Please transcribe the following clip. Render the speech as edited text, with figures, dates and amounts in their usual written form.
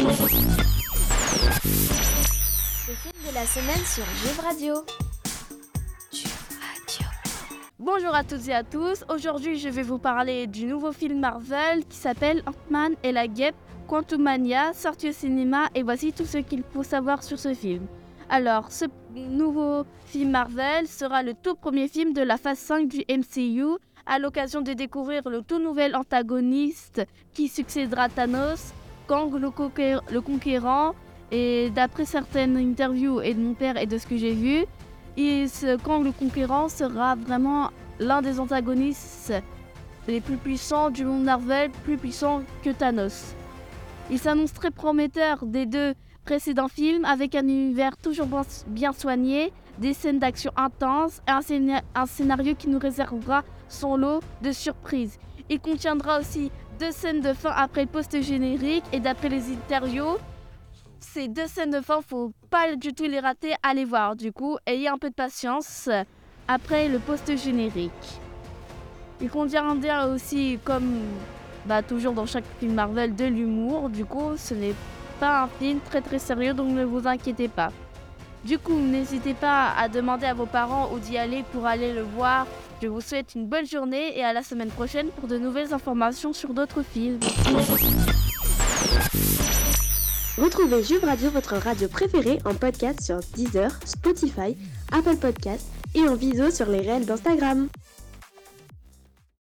Le film de la semaine sur Juve Radio. Bonjour à toutes et à tous, aujourd'hui je vais vous parler du nouveau film Marvel qui s'appelle Ant-Man et la Guêpe Quantumania, sorti au cinéma, et voici tout ce qu'il faut savoir sur ce film. Alors, ce nouveau film Marvel sera le tout premier film de la phase 5 du MCU, à l'occasion de découvrir le tout nouvel antagoniste qui succédera à Thanos, Kang le Conquérant, et d'après certaines interviews et de mon père et de ce que j'ai vu, Kang le Conquérant sera vraiment l'un des antagonistes les plus puissants du monde Marvel, plus puissant que Thanos. Il s'annonce très prometteur des deux précédents films, avec un univers toujours bien soigné, des scènes d'action intenses et un scénario qui nous réservera son lot de surprises. Il contiendra aussi 2 scènes de fin après le post-générique, et d'après les interviews, ces 2 scènes de fin, faut pas du tout les rater, allez voir. Du coup, ayez un peu de patience après le post-générique. Il contiendra aussi, comme toujours dans chaque film Marvel, de l'humour. Du coup, ce n'est pas un film très très sérieux, donc ne vous inquiétez pas. Du coup, n'hésitez pas à demander à vos parents ou d'y aller pour aller le voir. Je vous souhaite une bonne journée et à la semaine prochaine pour de nouvelles informations sur d'autres films. Retrouvez Juve Radio, votre radio préférée, en podcast sur Deezer, Spotify, Apple Podcasts et en vidéo sur les réels d'Instagram.